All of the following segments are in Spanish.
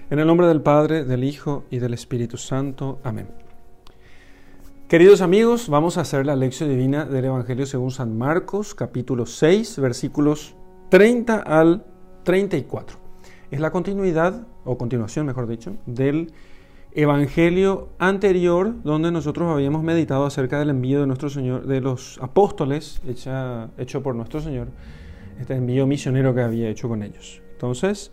En el nombre del Padre, del Hijo y del Espíritu Santo. Amén. Queridos amigos, vamos a hacer la lección divina del Evangelio según San Marcos, capítulo 6, versículos 30 al 34. Es la continuación, mejor dicho, del Evangelio anterior, donde nosotros habíamos meditado acerca del envío de nuestro Señor, de los apóstoles, hecho por nuestro Señor, este envío misionero que había hecho con ellos. Entonces,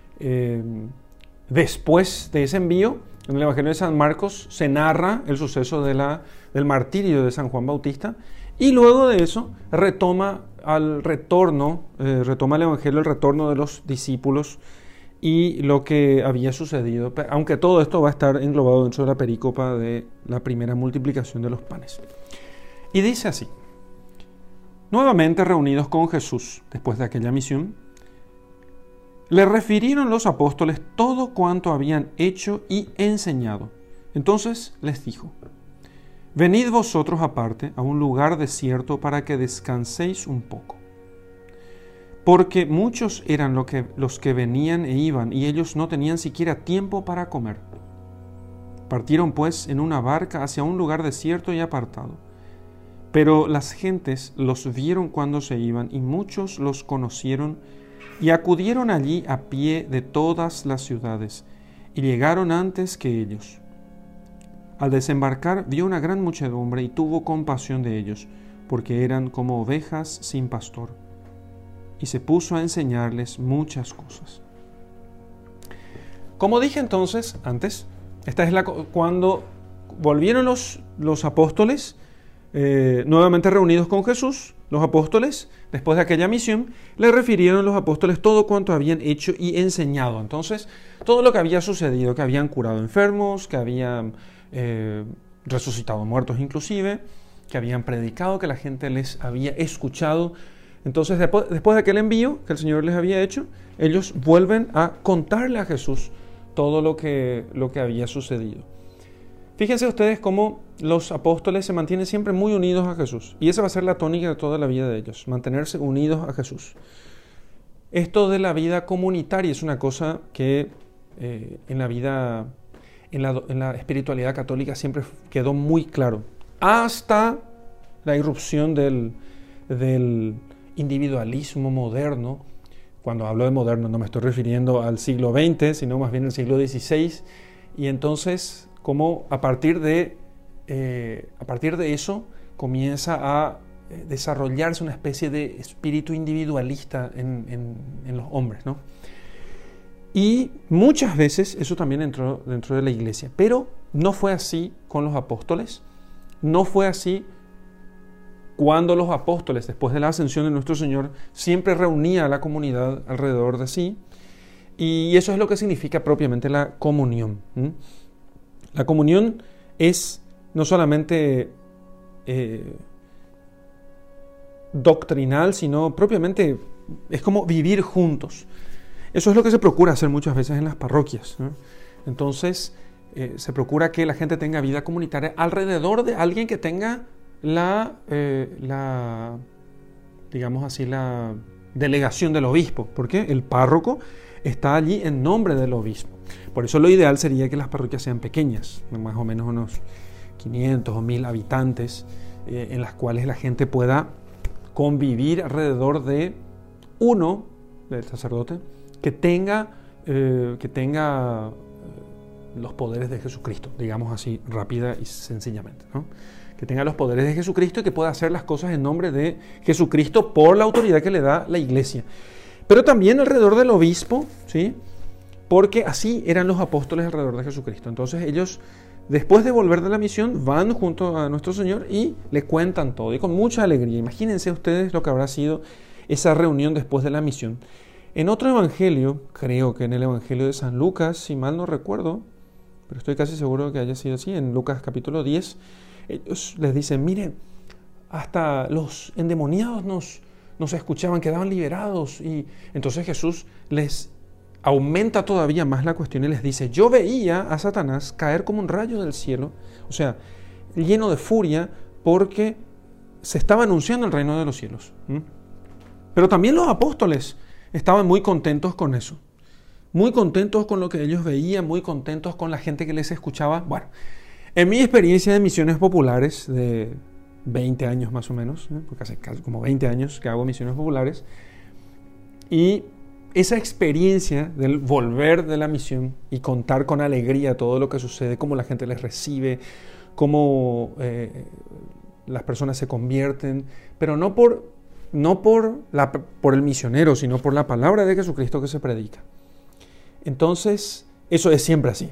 después de ese envío, en el Evangelio de San Marcos se narra el suceso del martirio de San Juan Bautista, y luego de eso retoma el Evangelio el retorno de los discípulos y lo que había sucedido, aunque todo esto va a estar englobado dentro de la perícopa de la primera multiplicación de los panes. Y dice así: nuevamente reunidos con Jesús después de aquella misión, le refirieron los apóstoles todo cuanto habían hecho y enseñado. Entonces les dijo: venid vosotros aparte a un lugar desierto para que descanséis un poco. Porque muchos eran los que venían e iban, y ellos no tenían siquiera tiempo para comer. Partieron pues en una barca hacia un lugar desierto y apartado. Pero las gentes los vieron cuando se iban, y muchos los conocieron, y acudieron allí a pie de todas las ciudades, y llegaron antes que ellos. Al desembarcar vio una gran muchedumbre y tuvo compasión de ellos, porque eran como ovejas sin pastor, y se puso a enseñarles muchas cosas. Como dije entonces antes, esta es cuando volvieron los apóstoles, nuevamente reunidos con Jesús. Los apóstoles, después de aquella misión, le refirieron los apóstoles todo cuanto habían hecho y enseñado. Entonces, todo lo que había sucedido, que habían curado enfermos, que habían resucitado muertos inclusive, que habían predicado, que la gente les había escuchado. Entonces, después de aquel envío que el Señor les había hecho, ellos vuelven a contarle a Jesús todo lo que había sucedido. Fíjense ustedes cómo los apóstoles se mantienen siempre muy unidos a Jesús. Y esa va a ser la tónica de toda la vida de ellos, mantenerse unidos a Jesús. Esto de la vida comunitaria es una cosa que en la espiritualidad católica siempre quedó muy claro. Hasta la irrupción del individualismo moderno. Cuando hablo de moderno no me estoy refiriendo al siglo XX, sino más bien al siglo XVI. Y entonces, como a partir de eso comienza a desarrollarse una especie de espíritu individualista en los hombres, ¿no? Y muchas veces eso también entró dentro de la iglesia, pero no fue así con los apóstoles, no fue así cuando los apóstoles, después de la ascensión de nuestro Señor, siempre reunía a la comunidad alrededor de sí, y eso es lo que significa propiamente la comunión. La comunión es no solamente doctrinal, sino propiamente es como vivir juntos. Eso es lo que se procura hacer muchas veces en las parroquias, ¿no? Entonces, se procura que la gente tenga vida comunitaria alrededor de alguien que tenga digamos así, la delegación del obispo, porque el párroco está allí en nombre del obispo. Por eso lo ideal sería que las parroquias sean pequeñas, más o menos unos 500 o 1000 habitantes, en las cuales la gente pueda convivir alrededor de uno, del sacerdote, que tenga los poderes de Jesucristo, digamos así, rápida y sencillamente, ¿no? Que tenga los poderes de Jesucristo y que pueda hacer las cosas en nombre de Jesucristo por la autoridad que le da la iglesia. Pero también alrededor del obispo, ¿sí? Porque así eran los apóstoles alrededor de Jesucristo. Entonces ellos, después de volver de la misión, van junto a nuestro Señor y le cuentan todo, y con mucha alegría. Imagínense ustedes lo que habrá sido esa reunión después de la misión. En otro evangelio, creo que en el evangelio de San Lucas, si mal no recuerdo, pero estoy casi seguro que haya sido así, en Lucas capítulo 10, ellos les dicen: miren, hasta los endemoniados nos escuchaban, quedaban liberados. Y entonces Jesús les aumenta todavía más la cuestión y les dice: yo veía a Satanás caer como un rayo del cielo, o sea, lleno de furia, porque se estaba anunciando el reino de los cielos. Pero también los apóstoles estaban muy contentos con eso. muy contentos con lo que ellos veían, muy contentos con la gente que les escuchaba. Bueno, en mi experiencia de misiones populares, de 20 años más o menos, porque hace casi como 20 años que hago misiones populares, y esa experiencia del volver de la misión y contar con alegría todo lo que sucede, cómo la gente les recibe, cómo las personas se convierten, pero no por el misionero, sino por la palabra de Jesucristo que se predica. Entonces, eso es siempre así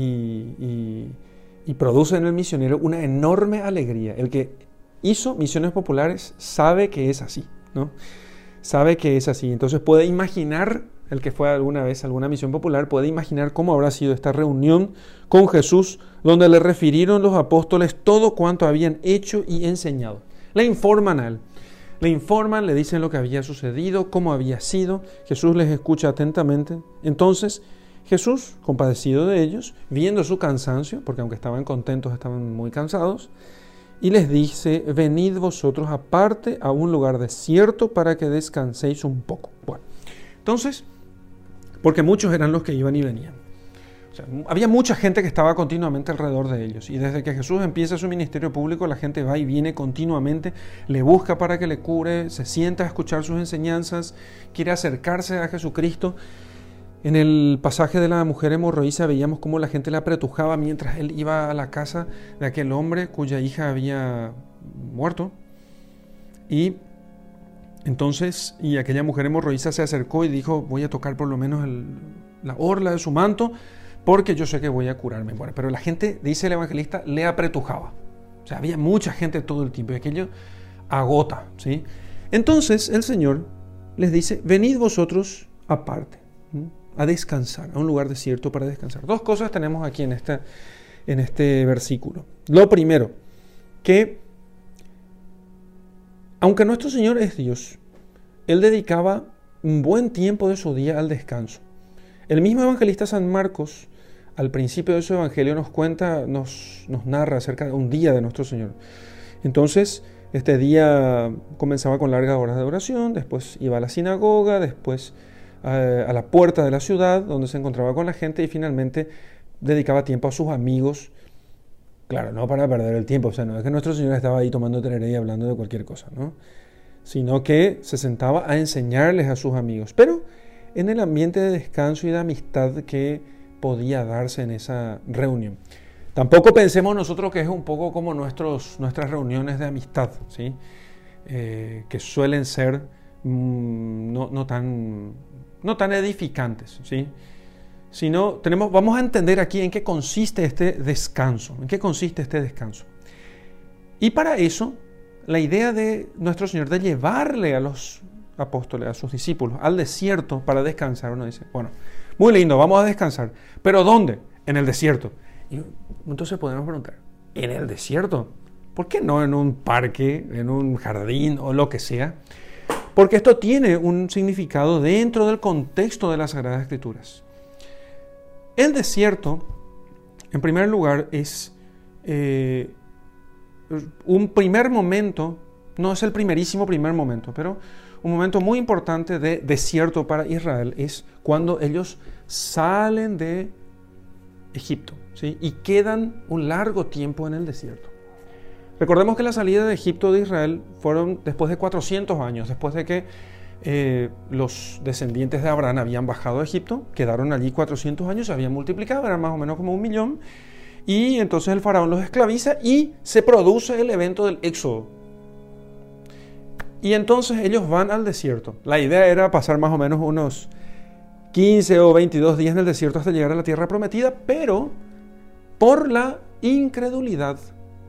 y produce en el misionero una enorme alegría. El que hizo misiones populares sabe que es así, ¿no? Sabe que es así. Entonces puede imaginar, el que fue alguna vez a alguna misión popular, puede imaginar cómo habrá sido esta reunión con Jesús, donde le refirieron los apóstoles todo cuanto habían hecho y enseñado. Le informan a él. Le informan, le dicen lo que había sucedido, cómo había sido. Jesús les escucha atentamente. Entonces, Jesús, compadecido de ellos, viendo su cansancio, porque aunque estaban contentos, estaban muy cansados, y les dice: venid vosotros aparte a un lugar desierto para que descanséis un poco. Bueno, entonces, porque muchos eran los que iban y venían. O sea, había mucha gente que estaba continuamente alrededor de ellos. Y desde que Jesús empieza su ministerio público, la gente va y viene continuamente, le busca para que le cure, se sienta a escuchar sus enseñanzas, quiere acercarse a Jesucristo. En el pasaje de la mujer hemorroísa veíamos cómo la gente le apretujaba mientras él iba a la casa de aquel hombre cuya hija había muerto. Y entonces, aquella mujer hemorroísa se acercó y dijo: voy a tocar por lo menos la orla de su manto, porque yo sé que voy a curarme. Bueno, pero la gente, dice el evangelista, le apretujaba. O sea, había mucha gente todo el tiempo y aquello agota, ¿sí? Entonces el Señor les dice: venid vosotros aparte, a descansar, a un lugar desierto para descansar. Dos cosas tenemos aquí en este versículo. Lo primero, que aunque nuestro Señor es Dios, Él dedicaba un buen tiempo de su día al descanso. El mismo evangelista San Marcos, al principio de su evangelio, nos narra acerca de un día de nuestro Señor. Entonces, este día comenzaba con largas horas de oración, después iba a la sinagoga, después a la puerta de la ciudad donde se encontraba con la gente y finalmente dedicaba tiempo a sus amigos. Claro, no para perder el tiempo, o sea, no es que nuestro Señor estaba ahí tomando tereré y hablando de cualquier cosa, ¿no? Sino que se sentaba a enseñarles a sus amigos, pero en el ambiente de descanso y de amistad que podía darse en esa reunión. Tampoco pensemos nosotros que es un poco como nuestras reuniones de amistad, ¿sí? Que suelen ser no tan edificantes, ¿sí? Sino vamos a entender aquí en qué consiste este descanso. Y para eso, la idea de nuestro Señor de llevarle a los apóstoles, a sus discípulos, al desierto para descansar, uno dice: bueno, muy lindo, vamos a descansar, pero ¿dónde? En el desierto. Y entonces podemos preguntar: ¿en el desierto? ¿Por qué no en un parque, en un jardín o lo que sea? Porque esto tiene un significado dentro del contexto de las Sagradas Escrituras. El desierto, en primer lugar, es un primer momento, no es el primerísimo primer momento, pero un momento muy importante de desierto para Israel es cuando ellos salen de Egipto, ¿sí? Y quedan un largo tiempo en el desierto. Recordemos que la salida de Egipto de Israel fueron después de 400 años, después de que los descendientes de Abraham habían bajado a Egipto, quedaron allí 400 años, se habían multiplicado, eran más o menos como 1 millón, y entonces el faraón los esclaviza y se produce el evento del éxodo. Y entonces ellos van al desierto. La idea era pasar más o menos unos 15 o 22 días en el desierto hasta llegar a la tierra prometida, pero por la incredulidad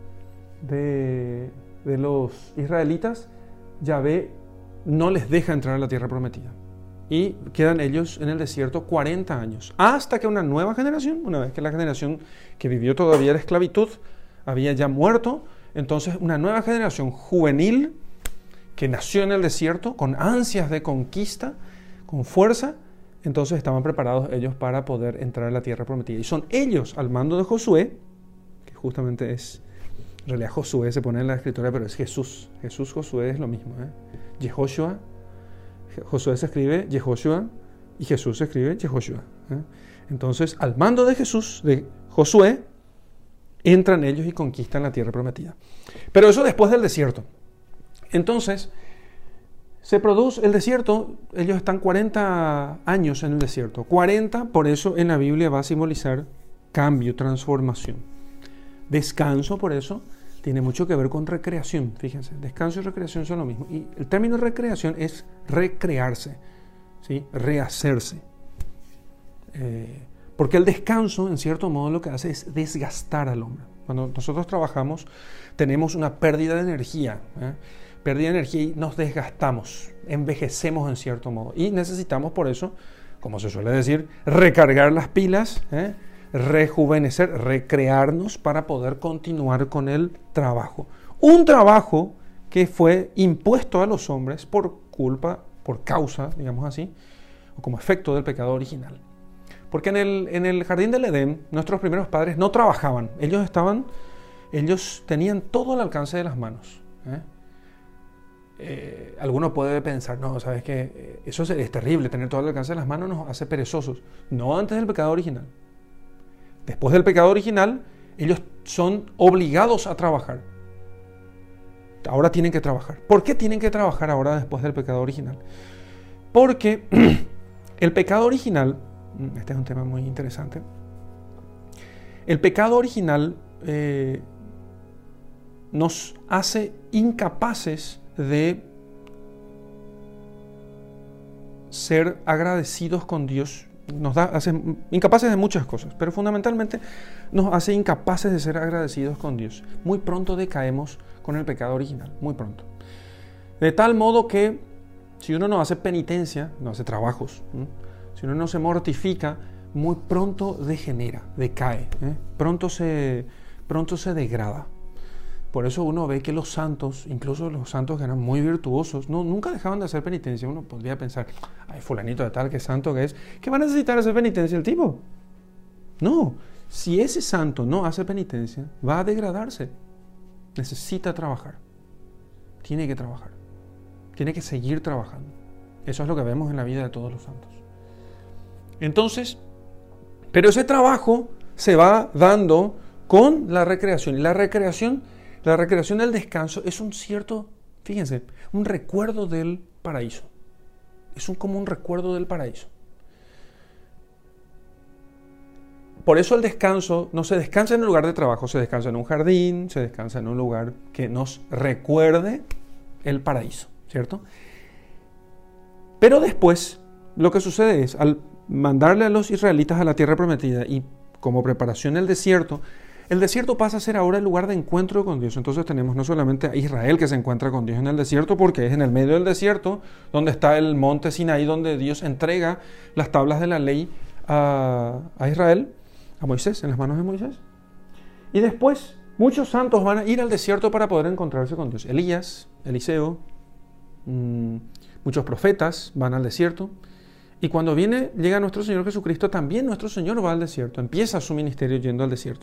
de los israelitas, Yahvé no les deja entrar a la tierra prometida. Y quedan ellos en el desierto 40 años, hasta que una nueva generación, una vez que la generación que vivió todavía la esclavitud había ya muerto, entonces una nueva generación juvenil que nació en el desierto con ansias de conquista, con fuerza, entonces estaban preparados ellos para poder entrar a la tierra prometida. Y son ellos, al mando de Josué, que justamente es, en realidad Josué se pone en la escritura, pero es Jesús. Jesús, Josué es lo mismo, Yehoshua, Josué se escribe Yehoshua y Jesús se escribe Yehoshua. Entonces, al mando de Jesús, de Josué, entran ellos y conquistan la tierra prometida. Pero eso después del desierto. Entonces, se produce el desierto, ellos están 40 años en el desierto. 40, por eso en la Biblia va a simbolizar cambio, transformación. Descanso, por eso, tiene mucho que ver con recreación. Fíjense, descanso y recreación son lo mismo. Y el término recreación es recrearse, ¿sí? Rehacerse. Porque el descanso, en cierto modo, lo que hace es desgastar al hombre. Cuando nosotros trabajamos, tenemos una pérdida de energía. Pérdida de energía y nos desgastamos, envejecemos en cierto modo. Y necesitamos por eso, como se suele decir, recargar las pilas, rejuvenecer, recrearnos para poder continuar con el trabajo. Un trabajo que fue impuesto a los hombres por causa, digamos así, o como efecto del pecado original. Porque en el jardín del Edén, nuestros primeros padres no trabajaban. Ellos tenían todo al alcance de las manos. Alguno puede pensar, no, sabes que eso es terrible, tener todo al alcance de las manos nos hace perezosos. No antes del pecado original. Después del pecado original, ellos son obligados a trabajar. Ahora tienen que trabajar. ¿Por qué tienen que trabajar ahora después del pecado original? Porque el pecado original, este es un tema muy interesante, el pecado original nos hace incapaces de ser agradecidos con Dios, hace incapaces de muchas cosas, pero fundamentalmente nos hace incapaces de ser agradecidos con Dios. Muy pronto decaemos con el pecado original, muy pronto. De tal modo que si uno no hace penitencia, no hace trabajos, si uno no se mortifica, muy pronto degenera, decae, pronto se degrada. Por eso uno ve que los santos, incluso los santos que eran muy virtuosos, nunca dejaban de hacer penitencia. Uno podría pensar, ay, fulanito de tal, qué santo que es, ¿qué va a necesitar hacer penitencia el tipo? No, si ese santo no hace penitencia, va a degradarse. Necesita trabajar. Tiene que trabajar. Tiene que seguir trabajando. Eso es lo que vemos en la vida de todos los santos. Entonces, pero ese trabajo se va dando con la recreación. Y la recreación del descanso es un cierto, fíjense, un recuerdo del paraíso. Es como un recuerdo del paraíso. Por eso el descanso no se descansa en el lugar de trabajo, se descansa en un jardín, se descansa en un lugar que nos recuerde el paraíso, ¿cierto? Pero después, lo que sucede es, al mandarle a los israelitas a la tierra prometida y como preparación el desierto pasa a ser ahora el lugar de encuentro con Dios. Entonces tenemos no solamente a Israel que se encuentra con Dios en el desierto, porque es en el medio del desierto donde está el monte Sinaí, donde Dios entrega las tablas de la ley a Israel, a Moisés, en las manos de Moisés. Y después muchos santos van a ir al desierto para poder encontrarse con Dios. Elías, Eliseo, muchos profetas van al desierto. Y cuando llega nuestro Señor Jesucristo, también nuestro Señor va al desierto, empieza su ministerio yendo al desierto.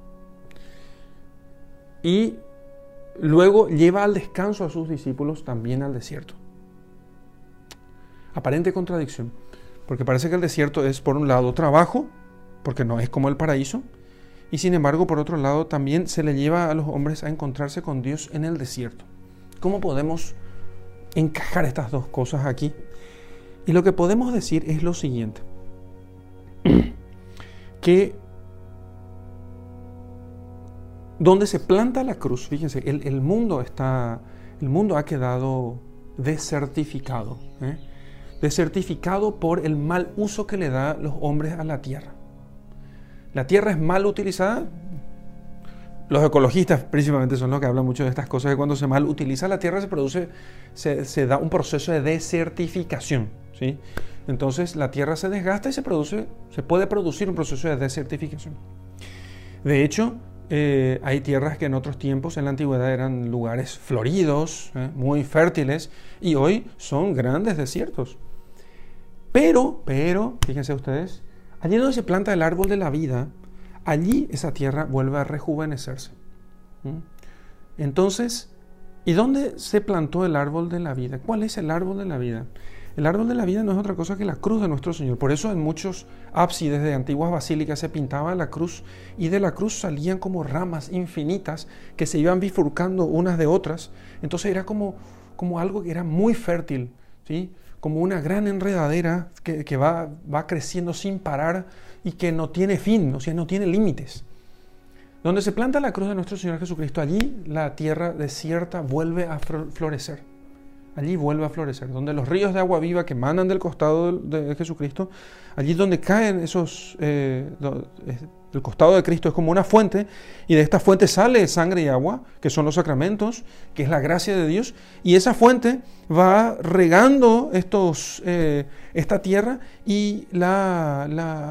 Y luego lleva al descanso a sus discípulos también al desierto. Aparente contradicción, porque parece que el desierto es por un lado trabajo, porque no es como el paraíso, y sin embargo por otro lado también se le lleva a los hombres a encontrarse con Dios en el desierto. ¿Cómo podemos encajar estas dos cosas aquí? Y lo que podemos decir es lo siguiente, que donde se planta la cruz, fíjense, el mundo ha quedado desertificado, desertificado por el mal uso que le da los hombres a la tierra. La tierra es mal utilizada. Los ecologistas principalmente son los que hablan mucho de estas cosas, que cuando se mal utiliza la tierra se da un proceso de desertificación, ¿sí? Entonces la tierra se desgasta y se puede producir un proceso de desertificación. De hecho, hay tierras que en otros tiempos, en la antigüedad, eran lugares floridos, muy fértiles, y hoy son grandes desiertos. Pero, fíjense ustedes, allí donde se planta el árbol de la vida, allí esa tierra vuelve a rejuvenecerse. Entonces, ¿y dónde se plantó el árbol de la vida? ¿Cuál es el árbol de la vida? El árbol de la vida no es otra cosa que la cruz de nuestro Señor. Por eso en muchos ábsides de antiguas basílicas se pintaba la cruz y de la cruz salían como ramas infinitas que se iban bifurcando unas de otras. Entonces era como algo que era muy fértil, ¿sí? Como una gran enredadera que va creciendo sin parar y que no tiene fin, o sea, no tiene límites. Donde se planta la cruz de nuestro Señor Jesucristo, allí la tierra desierta vuelve a florecer. Allí vuelve a florecer. Donde los ríos de agua viva que emanan del costado de Jesucristo, allí donde caen esos... el costado de Cristo es como una fuente, y de esta fuente sale sangre y agua, que son los sacramentos, que es la gracia de Dios, y esa fuente va regando esta tierra y la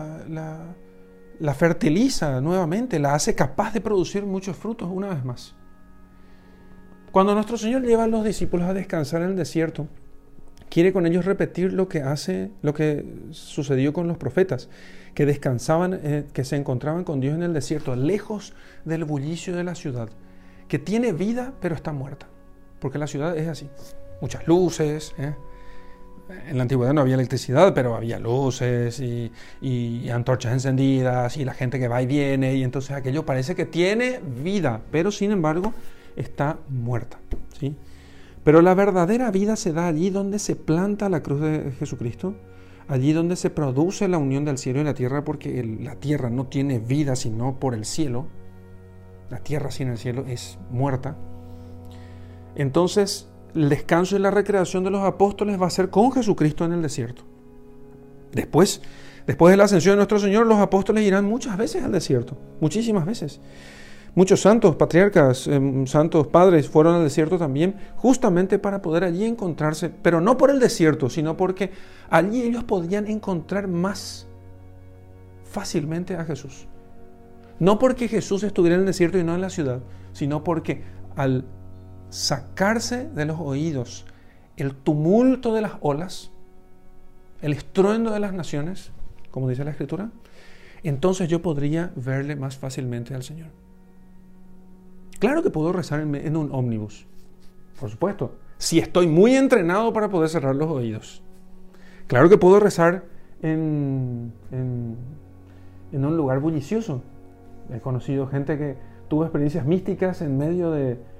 fertiliza nuevamente, la hace capaz de producir muchos frutos una vez más. Cuando nuestro Señor lleva a los discípulos a descansar en el desierto, quiere con ellos repetir lo que sucedió con los profetas, que descansaban, que se encontraban con Dios en el desierto, lejos del bullicio de la ciudad, que tiene vida pero está muerta, porque la ciudad es así, muchas luces, En la antigüedad no había electricidad, pero había luces y antorchas encendidas y la gente que va y viene, y entonces aquello parece que tiene vida, pero sin embargo está muerta, ¿sí? Pero la verdadera vida se da allí donde se planta la cruz de Jesucristo, allí donde se produce la unión del cielo y la tierra, porque la tierra no tiene vida sino por el cielo. La tierra sin el cielo es muerta. Entonces, el descanso y la recreación de los apóstoles va a ser con Jesucristo en el desierto. Después de la ascensión de nuestro Señor, los apóstoles irán muchas veces al desierto, muchísimas veces. Muchos santos, patriarcas, santos padres fueron al desierto también, justamente para poder allí encontrarse, pero no por el desierto, sino porque allí ellos podían encontrar más fácilmente a Jesús. No porque Jesús estuviera en el desierto y no en la ciudad, sino porque al sacarse de los oídos el tumulto de las olas, el estruendo de las naciones, como dice la Escritura, entonces yo podría verle más fácilmente al Señor. Claro que puedo rezar en un ómnibus, por supuesto, si estoy muy entrenado para poder cerrar los oídos. Claro que puedo rezar en un lugar bullicioso. He conocido gente que tuvo experiencias místicas en medio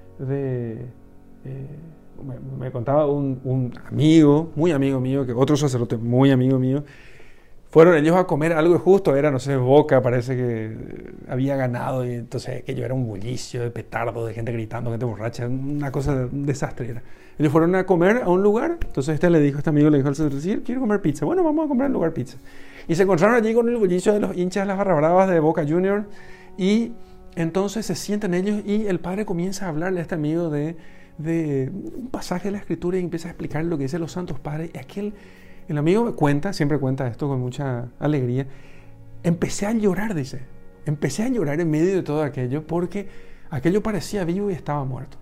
me contaba un amigo, muy amigo mío, que otro sacerdote muy amigo mío, fueron ellos a comer algo justo, era, no sé, Boca, parece que había ganado, y entonces aquello era un bullicio de petardo, de gente gritando, gente borracha, una cosa, un desastre era. Ellos fueron a comer a un lugar, entonces este amigo le dijo al sacerdote, sí, quiero comer pizza, bueno, vamos a comer al lugar pizza. Y se encontraron allí con el bullicio de los hinchas, las barra bravas de Boca Junior, y entonces se sientan ellos y el padre comienza a hablarle a este amigo de un pasaje de la Escritura y empieza a explicar lo que dicen los santos padres. Y el amigo me cuenta, siempre cuenta esto con mucha alegría, empecé a llorar, dice. Empecé a llorar en medio de todo aquello porque aquello parecía vivo y estaba muerto.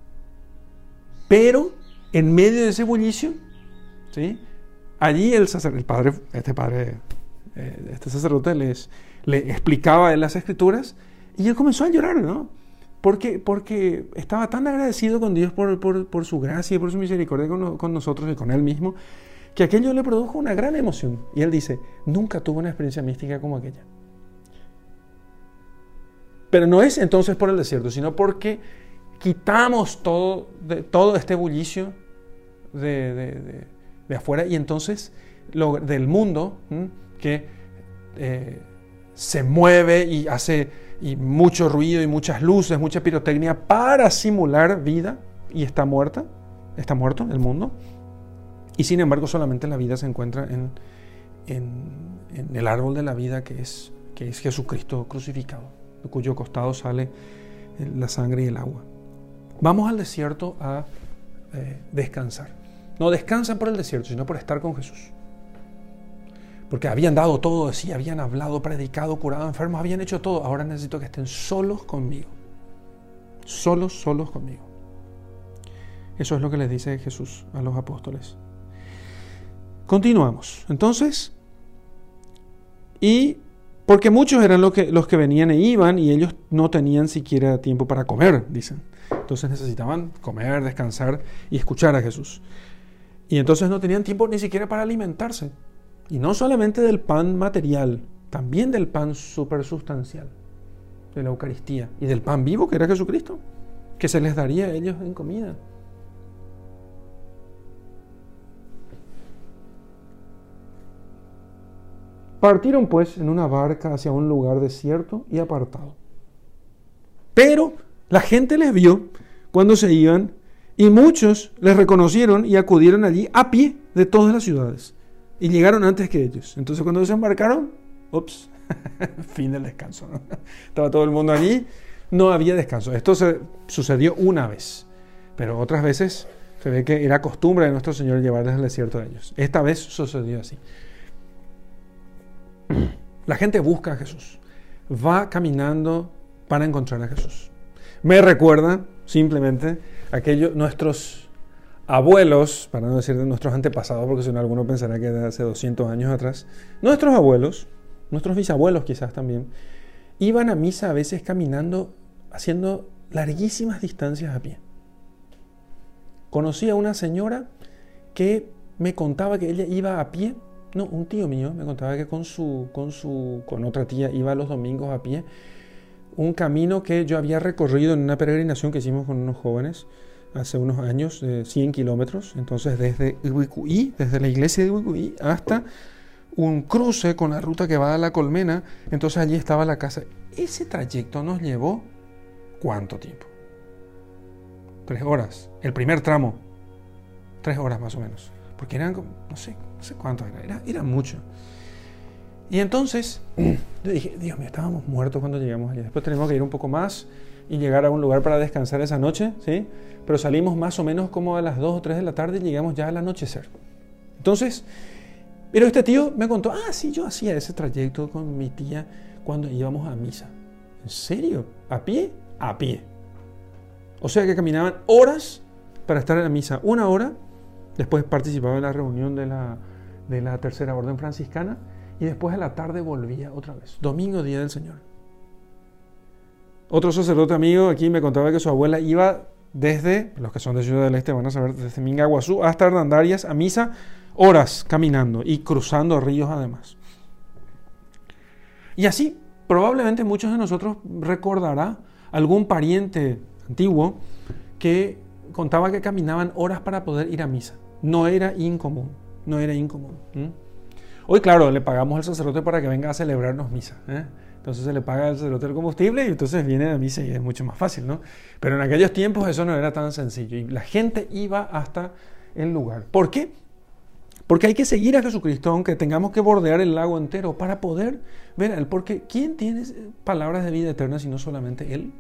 Pero en medio de ese bullicio, ¿sí? Allí este sacerdote le explicaba en las Escrituras y él comenzó a llorar, ¿no? Porque estaba tan agradecido con Dios por su gracia y por su misericordia con nosotros y con él mismo, que aquello le produjo una gran emoción. Y él dice, nunca tuvo una experiencia mística como aquella. Pero no es entonces por el desierto, sino porque quitamos todo este bullicio de afuera, y entonces del mundo que se mueve y hace mucho ruido y muchas luces, mucha pirotecnia para simular vida, y está muerto el mundo. Y sin embargo solamente la vida se encuentra en el árbol de la vida que es Jesucristo crucificado, de cuyo costado sale la sangre y el agua. Vamos al desierto a descansar. No descansan por el desierto, sino por estar con Jesús. Porque habían dado todo de sí, habían hablado, predicado, curado enfermos, habían hecho todo. Ahora necesito que estén solos conmigo. Solos conmigo. Eso es lo que les dice Jesús a los apóstoles. Continuamos. Entonces, y porque muchos eran los que venían e iban, y ellos no tenían siquiera tiempo para comer, dicen. Entonces necesitaban comer, descansar y escuchar a Jesús. Y entonces no tenían tiempo ni siquiera para alimentarse. Y no solamente del pan material, también del pan supersustancial, de la Eucaristía, y del pan vivo que era Jesucristo, que se les daría a ellos en comida. Partieron pues en una barca hacia un lugar desierto y apartado. Pero la gente les vio cuando se iban, y muchos les reconocieron y acudieron allí a pie de todas las ciudades. Y llegaron antes que ellos. Entonces cuando desembarcaron, fin del descanso, ¿no? Estaba todo el mundo allí, no había descanso. Esto sucedió una vez, pero otras veces se ve que era costumbre de nuestro Señor llevarles al desierto a ellos. Esta vez sucedió así. La gente busca a Jesús, va caminando para encontrar a Jesús. Me recuerda simplemente nuestros abuelos, para no decir de nuestros antepasados, porque si no alguno pensará que de hace 200 años atrás, nuestros abuelos, nuestros bisabuelos quizás también, iban a misa a veces caminando, haciendo larguísimas distancias a pie. Conocí a una señora que me contaba que ella iba a pie. No, un tío mío me contaba que con otra tía iba los domingos a pie. Un camino que yo había recorrido en una peregrinación que hicimos con unos jóvenes hace unos años, de 100 kilómetros. Entonces desde Ubicuí, desde la iglesia de Ubicuí hasta un cruce con la ruta que va a La Colmena. Entonces allí estaba la casa. Ese trayecto nos llevó ¿cuánto tiempo? 3 horas. El primer tramo, 3 horas más o menos. Porque eran, no sé cuánto era mucho. Y entonces, yo dije, Dios mío, estábamos muertos cuando llegamos allá. Después tenemos que ir un poco más y llegar a un lugar para descansar esa noche, ¿sí? Pero salimos más o menos como a las 2 o 3 de la tarde y llegamos ya al anochecer. Entonces, pero este tío me contó, sí, yo hacía ese trayecto con mi tía cuando íbamos a misa. ¿En serio? ¿A pie? A pie. O sea que caminaban horas para estar en la misa. 1 hora. Después participaba en la reunión de la Tercera Orden Franciscana y después a la tarde volvía otra vez. Domingo, Día del Señor. Otro sacerdote amigo aquí me contaba que su abuela iba desde, los que son de Ciudad del Este van a saber, desde Mingaguazú hasta Hernandarias a misa, horas caminando y cruzando ríos además. Y así, probablemente muchos de nosotros recordará algún pariente antiguo que contaba que caminaban horas para poder ir a misa. No era incomún. Hoy, claro, le pagamos al sacerdote para que venga a celebrarnos misa. Entonces se le paga al sacerdote el combustible y entonces viene a misa y es mucho más fácil, ¿no? Pero en aquellos tiempos eso no era tan sencillo y la gente iba hasta el lugar. ¿Por qué? Porque hay que seguir a Jesucristo, aunque tengamos que bordear el lago entero para poder ver a Él. Porque ¿quién tiene palabras de vida eterna si no solamente Él?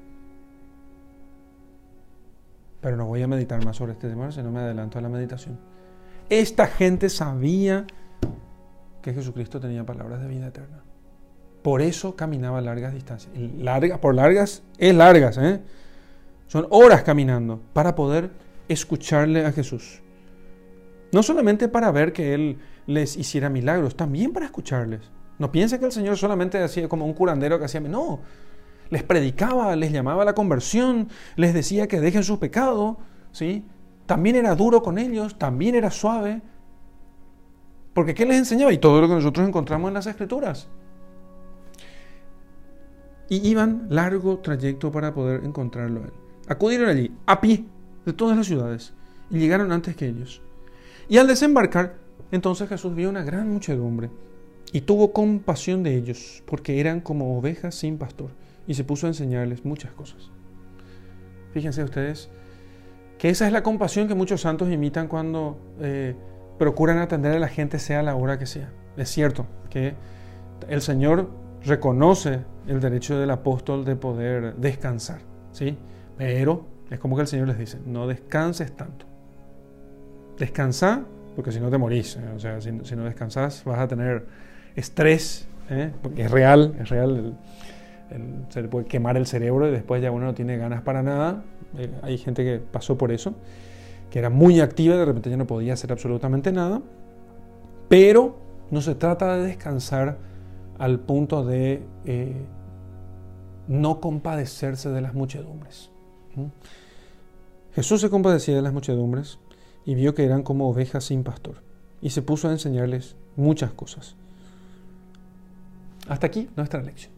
Pero no voy a meditar más sobre este tema, si no me adelanto a la meditación. Esta gente sabía que Jesucristo tenía palabras de vida eterna. Por eso caminaba largas distancias. Por largas, es largas, ¿eh? Son horas caminando para poder escucharle a Jesús. No solamente para ver que Él les hiciera milagros, también para escucharles. No piense que el Señor solamente hacía como un curandero que hacía... No, les predicaba, les llamaba a la conversión, les decía que dejen su pecado, ¿sí? También era duro con ellos, también era suave. Porque ¿qué les enseñaba? Y todo lo que nosotros encontramos en las Escrituras. Y iban largo trayecto para poder encontrarlo a Él. Acudieron allí, a pie, de todas las ciudades, y llegaron antes que ellos. Y al desembarcar, entonces Jesús vio una gran muchedumbre, y tuvo compasión de ellos, porque eran como ovejas sin pastor, y se puso a enseñarles muchas cosas. Fíjense ustedes que esa es la compasión que muchos santos imitan cuando procuran atender a la gente sea la hora que sea. Es cierto que el Señor reconoce el derecho del apóstol de poder descansar, ¿sí? Pero es como que el Señor les dice, no descanses tanto. Descansa, porque si no te morís. O sea, si no descansas vas a tener estrés, porque es real, se le puede quemar el cerebro y después ya uno no tiene ganas para nada. Hay gente que pasó por eso, que era muy activa y de repente ya no podía hacer absolutamente nada. Pero no se trata de descansar al punto de no compadecerse de las muchedumbres. Jesús se compadecía de las muchedumbres, y vio que eran como ovejas sin pastor. Y se puso a enseñarles muchas cosas. Hasta aquí nuestra lección.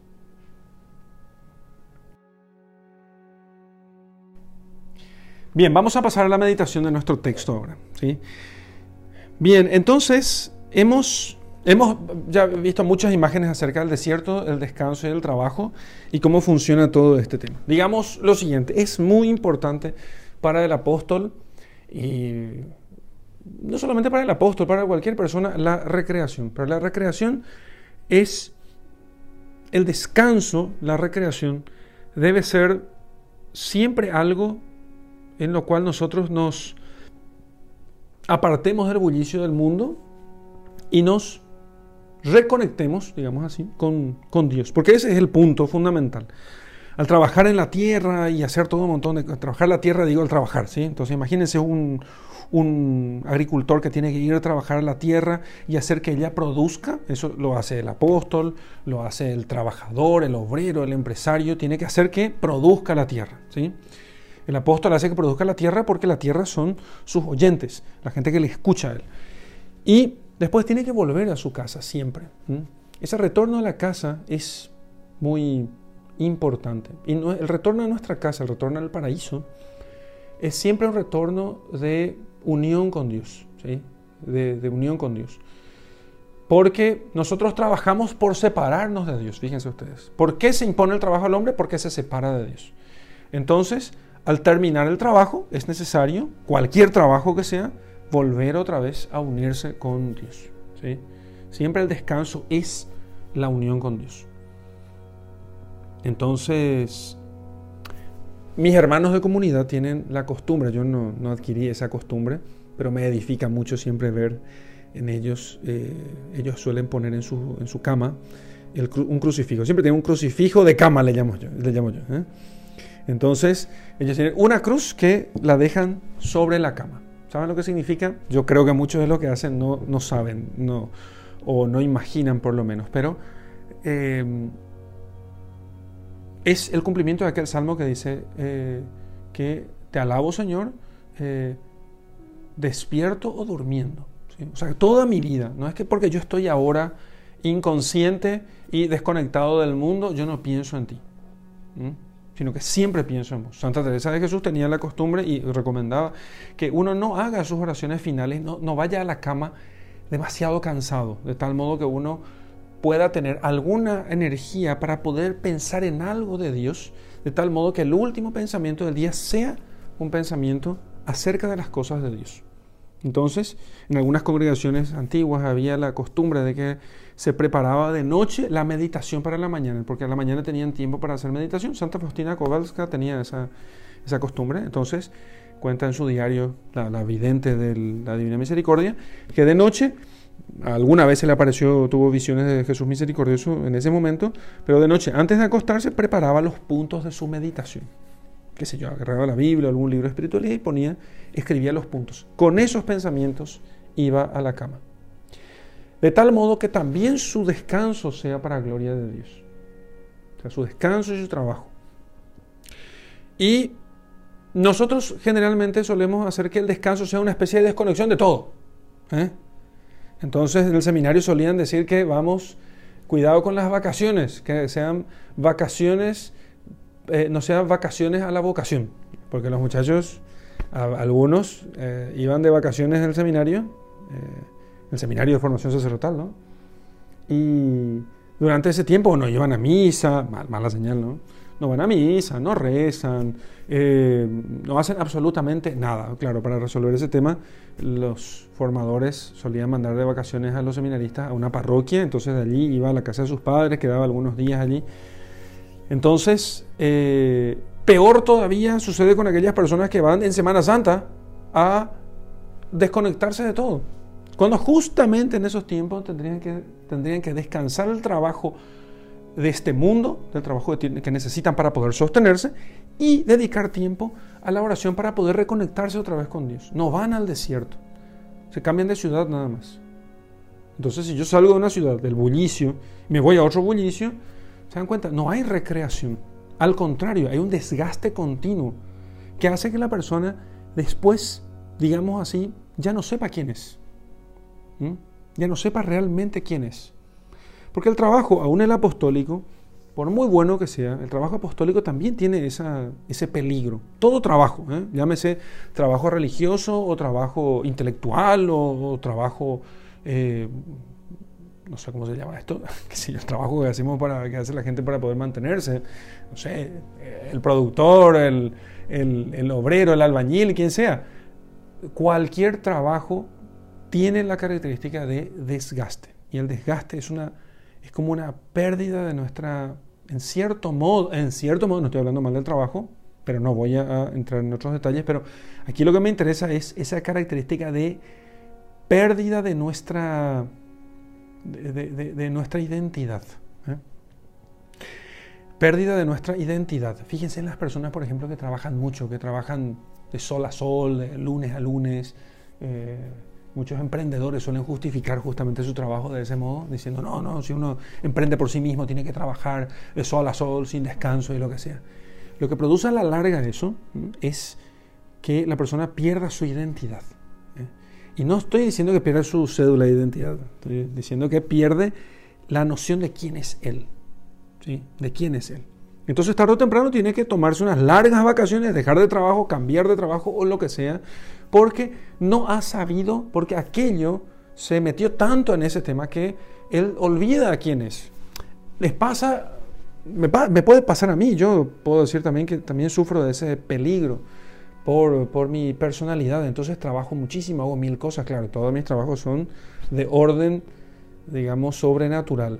Bien, vamos a pasar a la meditación de nuestro texto ahora, ¿sí? Bien, entonces hemos ya visto muchas imágenes acerca del desierto, el descanso y el trabajo y cómo funciona todo este tema. Digamos lo siguiente, es muy importante para el apóstol y no solamente para el apóstol, para cualquier persona, la recreación. Pero la recreación es el descanso, la recreación debe ser siempre algo en lo cual nosotros nos apartemos del bullicio del mundo y nos reconectemos, digamos así, con Dios. Porque ese es el punto fundamental. Al trabajar en la tierra y hacer todo un montón de... Trabajar la tierra, digo, al trabajar, ¿sí? Entonces imagínense un agricultor que tiene que ir a trabajar la tierra y hacer que ella produzca. Eso lo hace el apóstol, lo hace el trabajador, el obrero, el empresario. Tiene que hacer que produzca la tierra, ¿sí? El apóstol hace que produzca la tierra porque la tierra son sus oyentes, la gente que le escucha a él. Y después tiene que volver a su casa siempre. Ese retorno a la casa es muy importante. Y el retorno a nuestra casa, el retorno al paraíso, es siempre un retorno de unión con Dios, ¿sí? De unión con Dios. Porque nosotros trabajamos por separarnos de Dios, fíjense ustedes. ¿Por qué se impone el trabajo al hombre? Porque se separa de Dios. Entonces, al terminar el trabajo, es necesario, cualquier trabajo que sea, volver otra vez a unirse con Dios, ¿sí? Siempre el descanso es la unión con Dios. Entonces, mis hermanos de comunidad tienen la costumbre, yo no adquirí esa costumbre, pero me edifica mucho siempre ver en ellos, ellos suelen poner en su cama un crucifijo. Siempre tienen un crucifijo de cama, le llamo yo. Entonces, ellos tienen una cruz que la dejan sobre la cama. ¿Saben lo que significa? Yo creo que muchos de los que hacen no saben, o no imaginan por lo menos, pero es el cumplimiento de aquel salmo que dice que te alabo, Señor, despierto o durmiendo, ¿sí? O sea, toda mi vida, no es que porque yo estoy ahora inconsciente y desconectado del mundo, yo no pienso en ti, sino que siempre pienso en vos. Santa Teresa de Jesús tenía la costumbre y recomendaba que uno no haga sus oraciones finales, no vaya a la cama demasiado cansado, de tal modo que uno pueda tener alguna energía para poder pensar en algo de Dios, de tal modo que el último pensamiento del día sea un pensamiento acerca de las cosas de Dios. Entonces, en algunas congregaciones antiguas había la costumbre de que se preparaba de noche la meditación para la mañana, porque a la mañana tenían tiempo para hacer meditación. Santa Faustina Kowalska tenía esa costumbre. Entonces, cuenta en su diario la vidente de la Divina Misericordia, que de noche, alguna vez se le apareció, tuvo visiones de Jesús misericordioso en ese momento, pero de noche, antes de acostarse, preparaba los puntos de su meditación. Qué sé yo, agarraba la Biblia, algún libro espiritual y escribía los puntos. Con esos pensamientos iba a la cama. De tal modo que también su descanso sea para gloria de Dios. O sea, su descanso y su trabajo. Y nosotros generalmente solemos hacer que el descanso sea una especie de desconexión de todo, Entonces en el seminario solían decir que cuidado con las vacaciones, que sean vacaciones, no sean vacaciones a la vocación, porque los muchachos, algunos iban de vacaciones del seminario, el seminario de formación sacerdotal, ¿no? Y durante ese tiempo no iban a misa, mala señal, ¿no? No van a misa, no rezan, no hacen absolutamente nada. Claro, para resolver ese tema, los formadores solían mandar de vacaciones a los seminaristas a una parroquia, entonces de allí iba a la casa de sus padres, quedaba algunos días allí. Entonces, peor todavía sucede con aquellas personas que van en Semana Santa a desconectarse de todo, cuando justamente en esos tiempos tendrían que descansar el trabajo de este mundo, del trabajo que necesitan para poder sostenerse, y dedicar tiempo a la oración para poder reconectarse otra vez con Dios. No van al desierto, se cambian de ciudad nada más. Entonces, si yo salgo de una ciudad, del bullicio, me voy a otro bullicio, ¿se dan cuenta? No hay recreación. Al contrario, hay un desgaste continuo que hace que la persona después digamos así, ya no sepa quién es. Ya no sepa realmente quién es. Porque el trabajo, aún el apostólico, por muy bueno que sea, el trabajo apostólico también tiene ese peligro. Todo trabajo, llámese trabajo religioso o trabajo intelectual o trabajo, no sé cómo se llama esto, que si el trabajo que hacemos que hace la gente para poder mantenerse, no sé, el productor, el obrero, el albañil, quien sea. Cualquier trabajo tiene la característica de desgaste. Y el desgaste es como una pérdida de nuestra, en cierto modo, no estoy hablando mal del trabajo, pero no voy a entrar en otros detalles, pero aquí lo que me interesa es esa característica de pérdida de nuestra identidad. Pérdida de nuestra identidad. Fíjense en las personas, por ejemplo, que trabajan mucho, que trabajan de sol a sol, de lunes a lunes. Muchos emprendedores suelen justificar justamente su trabajo de ese modo, diciendo, no, si uno emprende por sí mismo, tiene que trabajar de sol a sol, sin descanso y lo que sea. Lo que produce a la larga eso es que la persona pierda su identidad. Y no estoy diciendo que pierda su cédula de identidad, estoy diciendo que pierde la noción de quién es él. ¿Sí? De quién es él. Entonces, tarde o temprano tiene que tomarse unas largas vacaciones, dejar de trabajo, cambiar de trabajo o lo que sea, porque no ha sabido, porque aquello se metió tanto en ese tema que él olvida a quién es. Les pasa, me puede pasar a mí, yo puedo decir también que también sufro de ese peligro por mi personalidad, entonces trabajo muchísimo, hago 1000 cosas, claro, todos mis trabajos son de orden, digamos, sobrenatural.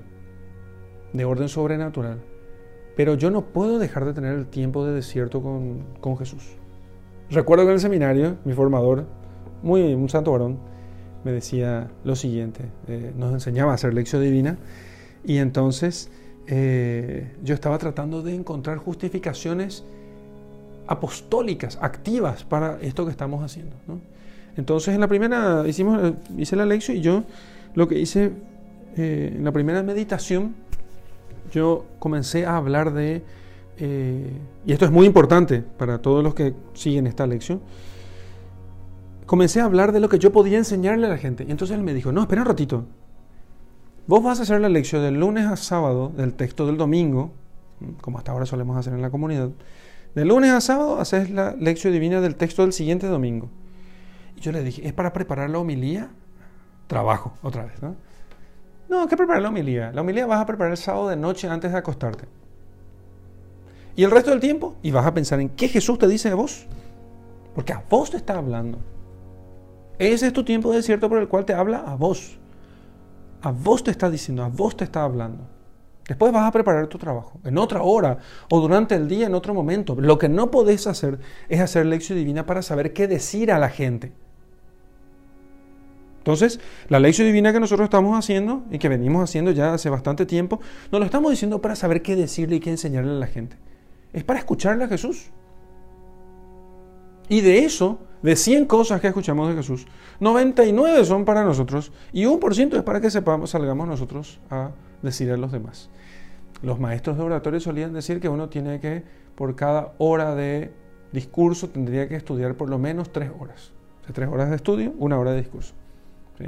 Pero yo no puedo dejar de tener el tiempo de desierto con Jesús. Recuerdo que en el seminario, mi formador, un santo varón, me decía lo siguiente, nos enseñaba a hacer lección divina, y entonces yo estaba tratando de encontrar justificaciones apostólicas, activas para esto que estamos haciendo, ¿no? Entonces en la primera hice la lección, y yo lo que hice en la primera meditación, yo comencé a hablar y esto es muy importante para todos los que siguen esta lección, comencé a hablar de lo que yo podía enseñarle a la gente. Y entonces él me dijo, no, espera un ratito, vos vas a hacer la lección del lunes a sábado del texto del domingo, como hasta ahora solemos hacer en la comunidad. De lunes a sábado haces la lección divina del texto del siguiente domingo. Y yo le dije, ¿es para preparar la homilía? Trabajo, otra vez, ¿no? No, ¿qué preparar la homilía? La homilía vas a preparar el sábado de noche antes de acostarte. Y el resto del tiempo, y vas a pensar en qué Jesús te dice a vos. Porque a vos te está hablando. Ese es tu tiempo de desierto por el cual te habla a vos. A vos te está diciendo, a vos te está hablando. Después vas a preparar tu trabajo, en otra hora, o durante el día, en otro momento. Lo que no podés hacer es hacer lección divina para saber qué decir a la gente. Entonces, la lección divina que nosotros estamos haciendo y que venimos haciendo ya hace bastante tiempo, no lo estamos diciendo para saber qué decirle y qué enseñarle a la gente. Es para escucharle a Jesús. Y de eso, de 100 cosas que escuchamos de Jesús, 99 son para nosotros y 1% es para que salgamos nosotros a decir a los demás. Los maestros de oratorio solían decir que uno tiene que, por cada hora de discurso, tendría que estudiar por lo menos 3 horas. O sea, 3 horas de estudio, 1 hora de discurso. ¿Sí?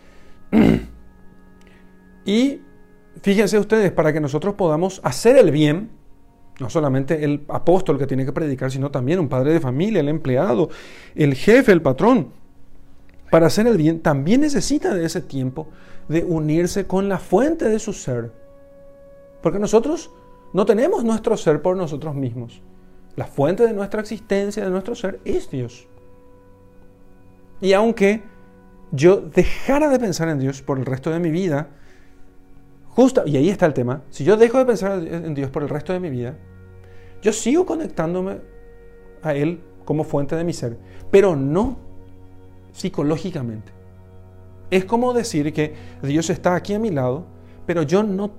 Y fíjense ustedes, para que nosotros podamos hacer el bien, no solamente el apóstol que tiene que predicar, sino también un padre de familia, el empleado, el jefe, el patrón, para hacer el bien también necesita de ese tiempo de unirse con la fuente de su ser, porque nosotros no tenemos nuestro ser por nosotros mismos. La fuente de nuestra existencia, de nuestro ser, es Dios. Y aunque yo dejara de pensar en Dios por el resto de mi vida, y ahí está el tema, si yo dejo de pensar en Dios por el resto de mi vida, yo sigo conectándome a Él como fuente de mi ser, pero no psicológicamente. Es como decir que Dios está aquí a mi lado, pero yo no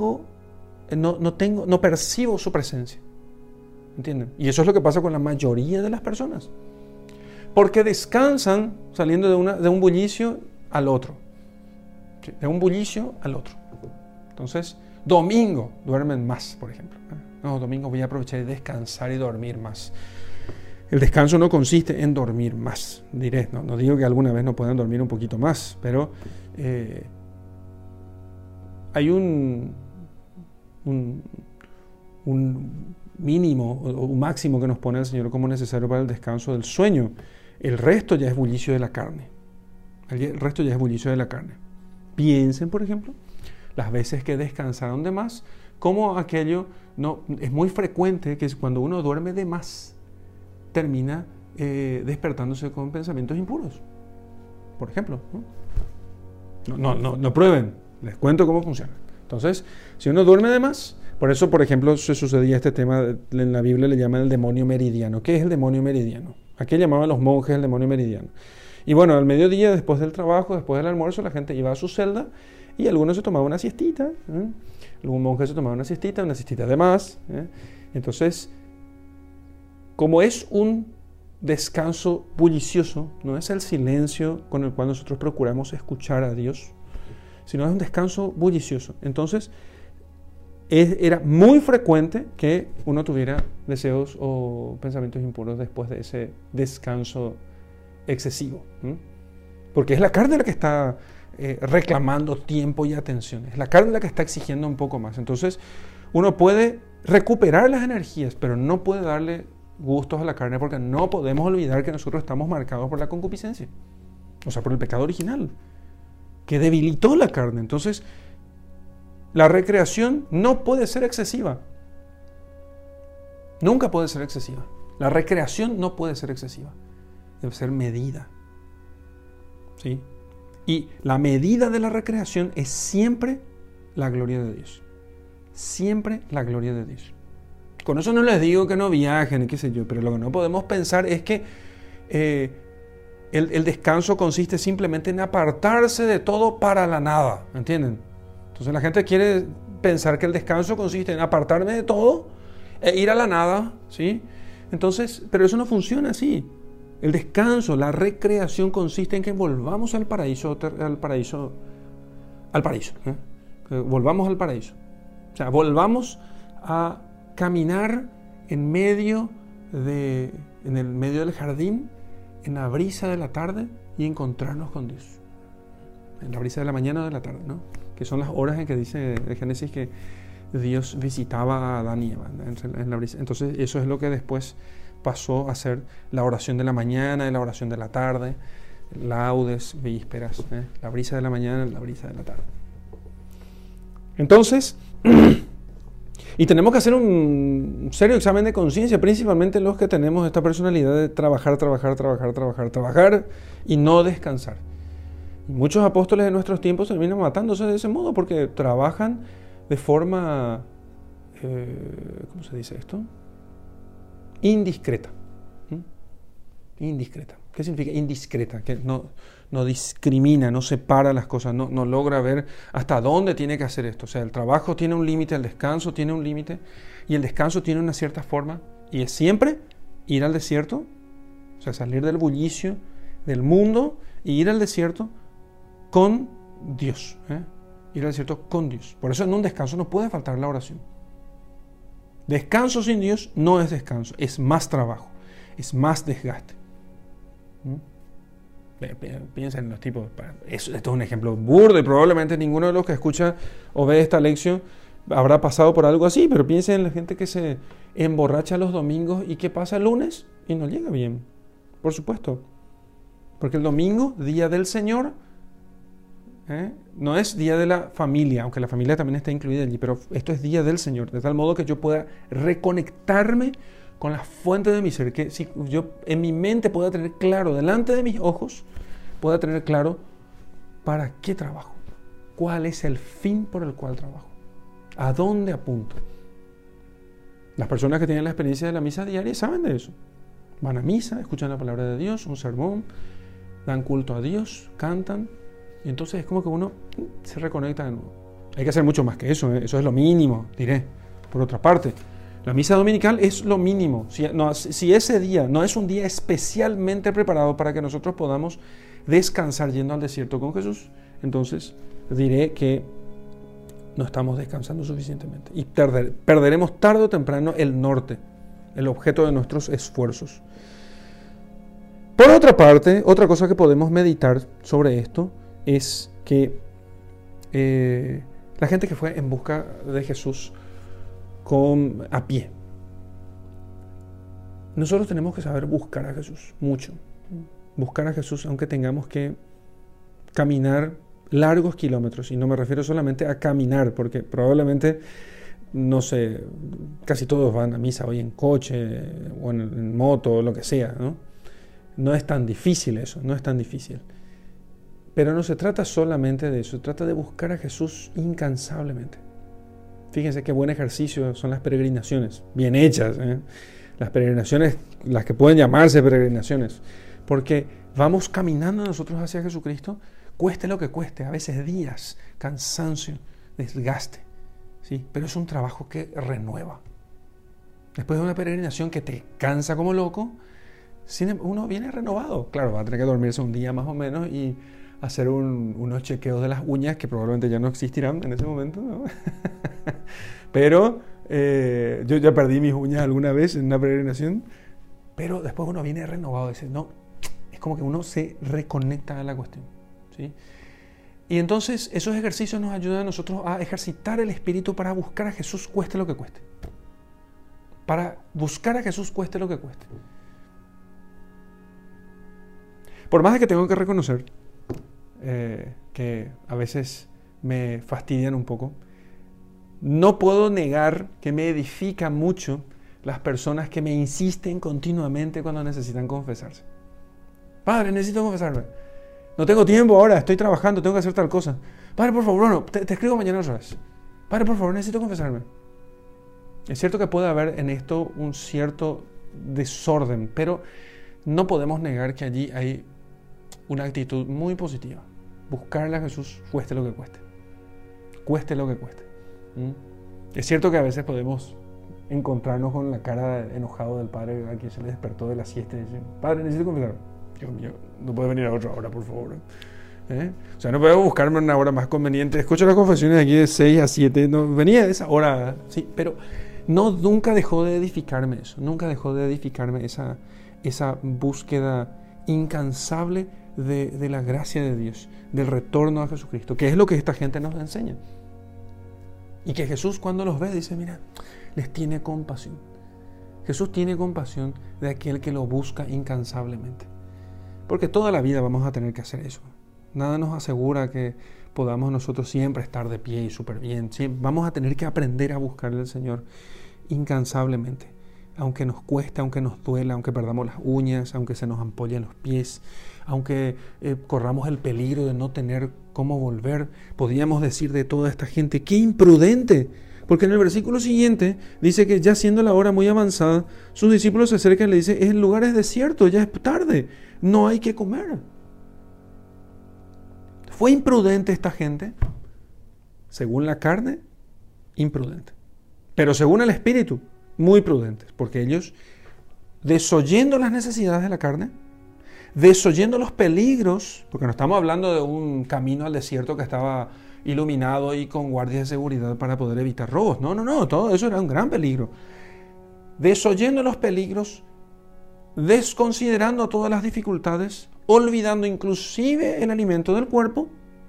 percibo su presencia. ¿Entienden? Y eso es lo que pasa con la mayoría de las personas. Porque descansan saliendo de un bullicio al otro. De un bullicio al otro. Entonces, domingo duermen más, por ejemplo. No, domingo voy a aprovechar y descansar y dormir más. El descanso no consiste en dormir más, diré. No digo que alguna vez no puedan dormir un poquito más, pero hay un mínimo o un máximo que nos pone el Señor como necesario para el descanso del sueño. El resto ya es bullicio de la carne. El resto ya es bullicio de la carne. Piensen, por ejemplo, las veces que descansaron de más, como aquello, es muy frecuente que cuando uno duerme de más, termina despertándose con pensamientos impuros. Por ejemplo, no prueben, les cuento cómo funciona. Entonces, si uno duerme de más, por eso, por ejemplo, se sucedía este tema, en la Biblia le llaman el demonio meridiano. ¿Qué es el demonio meridiano? ¿A qué llamaban los monjes el demonio meridiano? Y bueno, al mediodía, después del trabajo, después del almuerzo, la gente iba a su celda y algunos se tomaban una siestita. Algún monje se tomaba una siestita de más. Entonces, como es un descanso bullicioso, no es el silencio con el cual nosotros procuramos escuchar a Dios, sino es un descanso bullicioso. Entonces, era muy frecuente que uno tuviera deseos o pensamientos impuros después de ese descanso excesivo. Porque es la carne la que está reclamando tiempo y atención. Es la carne la que está exigiendo un poco más. Entonces, uno puede recuperar las energías, pero no puede darle gustos a la carne, porque no podemos olvidar que nosotros estamos marcados por la concupiscencia. O sea, por el pecado original, que debilitó la carne. Entonces, la recreación no puede ser excesiva. Nunca puede ser excesiva. La recreación no puede ser excesiva. Debe ser medida. ¿Sí? Y la medida de la recreación es siempre la gloria de Dios. Siempre la gloria de Dios. Con eso no les digo que no viajen, qué sé yo, pero lo que no podemos pensar es que el descanso consiste simplemente en apartarse de todo para la nada, ¿entienden? Entonces la gente quiere pensar que el descanso consiste en apartarme de todo e ir a la nada, ¿sí? Entonces, pero eso no funciona así. El descanso, la recreación consiste en que volvamos al paraíso, volvamos al paraíso. O sea, volvamos a caminar en el medio del jardín, en la brisa de la tarde y encontrarnos con Dios. En la brisa de la mañana o de la tarde, ¿no? Que son las horas en que dice el Génesis que Dios visitaba a Adán y Eva en la brisa. Entonces eso es lo que después pasó a ser la oración de la mañana y la oración de la tarde, laudes, vísperas, la brisa de la mañana y la brisa de la tarde. Entonces, y tenemos que hacer un serio examen de conciencia, principalmente los que tenemos esta personalidad de trabajar y no descansar. Y muchos apóstoles de nuestros tiempos terminan matándose de ese modo porque trabajan de forma, ¿cómo se dice esto? Indiscreta. Indiscreta. ¿Qué significa indiscreta? Que no discrimina, no separa las cosas, no logra ver hasta dónde tiene que hacer esto. O sea, el trabajo tiene un límite, el descanso tiene un límite, y el descanso tiene una cierta forma, y es siempre ir al desierto, o sea, salir del bullicio del mundo y ir al desierto con Dios. Ir al desierto con Dios. Por eso en un descanso no puede faltar la oración. Descanso sin Dios no es descanso, es más trabajo, es más desgaste. Piensen en los tipos. Esto es un ejemplo burdo y probablemente ninguno de los que escucha o ve esta lección habrá pasado por algo así, pero piensen en la gente que se emborracha los domingos y que pasa el lunes y no llega bien. Por supuesto. Porque el domingo, día del Señor, no es día de la familia, aunque la familia también está incluida allí, pero esto es día del Señor, de tal modo que yo pueda reconectarme con la fuente de mi ser, que si yo en mi mente pueda tener claro, delante de mis ojos, pueda tener claro para qué trabajo, cuál es el fin por el cual trabajo, a dónde apunto. Las personas que tienen la experiencia de la misa diaria saben de eso. Van a misa, escuchan la palabra de Dios, un sermón, dan culto a Dios, cantan, y entonces es como que uno se reconecta de nuevo. Hay que hacer mucho más que eso, eso es lo mínimo, diré. Por otra parte, la misa dominical es lo mínimo. Si ese día no es un día especialmente preparado para que nosotros podamos descansar yendo al desierto con Jesús, entonces diré que no estamos descansando suficientemente y perderemos tarde o temprano el norte, el objeto de nuestros esfuerzos. Por otra parte, otra cosa que podemos meditar sobre esto es que la gente que fue en busca de Jesús a pie. Nosotros tenemos que saber buscar a Jesús, mucho. Buscar a Jesús aunque tengamos que caminar largos kilómetros. Y no me refiero solamente a caminar, porque probablemente, no sé, casi todos van a misa hoy en coche o en moto o lo que sea, ¿no? No es tan difícil eso, no es tan difícil. Pero no se trata solamente de eso, se trata de buscar a Jesús incansablemente. Fíjense qué buen ejercicio son las peregrinaciones, bien hechas, ¿eh? Las peregrinaciones, las que pueden llamarse peregrinaciones, porque vamos caminando nosotros hacia Jesucristo, cueste lo que cueste, a veces días, cansancio, desgaste, ¿sí? Pero es un trabajo que renueva. Después de una peregrinación que te cansa como loco, uno viene renovado. Claro, va a tener que dormirse un día más o menos y hacer unos chequeos de las uñas que probablemente ya no existirán en ese momento, ¿no? Pero yo ya perdí mis uñas alguna vez en una peregrinación, pero después uno viene renovado, dice, no, es como que uno se reconecta a la cuestión, ¿sí? Y entonces esos ejercicios nos ayudan a nosotros a ejercitar el espíritu para buscar a Jesús cueste lo que cueste. Para buscar a Jesús cueste lo que cueste. Por más de que tengo que reconocer que a veces me fastidian un poco, no puedo negar que me edifica mucho las personas que me insisten continuamente cuando necesitan confesarse. Padre, necesito confesarme. No tengo tiempo ahora, estoy trabajando, tengo que hacer tal cosa. Padre, por favor, no, te escribo mañana otra vez. Padre, por favor, necesito confesarme. Es cierto que puede haber en esto un cierto desorden, pero no podemos negar que allí hay una actitud muy positiva. Buscarle a Jesús cueste lo que cueste. Cueste lo que cueste. Es cierto que a veces podemos encontrarnos con la cara enojado del padre a quien se le despertó de la siesta y dice, Padre, necesito confesarme. Dios mío, no puede venir a otra hora, por favor. O sea, no puedo buscarme una hora más conveniente. Escucho las confesiones aquí de 6 a 7. No, venía a esa hora, sí, pero nunca dejó de edificarme eso. Nunca dejó de edificarme esa búsqueda incansable de la gracia de Dios, del retorno a Jesucristo, que es lo que esta gente nos enseña. Y que Jesús, cuando los ve, dice, mira, les tiene compasión. Jesús tiene compasión de aquel que lo busca incansablemente. Porque toda la vida vamos a tener que hacer eso. Nada nos asegura que podamos nosotros siempre estar de pie y súper bien. Vamos a tener que aprender a buscarle al Señor incansablemente. Aunque nos cueste, aunque nos duela, aunque perdamos las uñas, aunque se nos ampollen los pies, aunque corramos el peligro de no tener cómo volver. Podríamos decir de toda esta gente, ¡qué imprudente! Porque en el versículo siguiente dice que ya siendo la hora muy avanzada, sus discípulos se acercan y le dicen, el lugar es desierto, ya es tarde, no hay que comer. ¿Fue imprudente esta gente? Según la carne, imprudente. Pero según el Espíritu, muy prudentes, porque ellos, desoyendo las necesidades de la carne, desoyendo los peligros, porque no estamos hablando de un camino al desierto que estaba iluminado y con guardias de seguridad para poder evitar robos. No, todo eso era un gran peligro. Desoyendo los peligros, desconsiderando todas las dificultades, olvidando inclusive el alimento del cuerpo,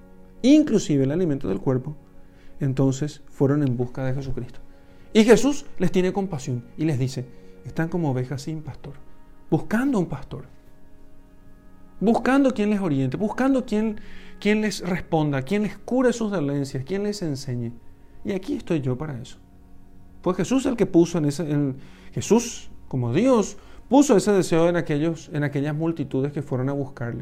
entonces fueron en busca de Jesucristo. Y Jesús les tiene compasión y les dice, están como ovejas sin pastor, buscando un pastor, buscando quien les oriente, buscando quien les responda, quien les cure sus dolencias, quien les enseñe. Y aquí estoy yo para eso. Fue Jesús el que puso Jesús, como Dios, puso ese deseo en aquellas multitudes que fueron a buscarle.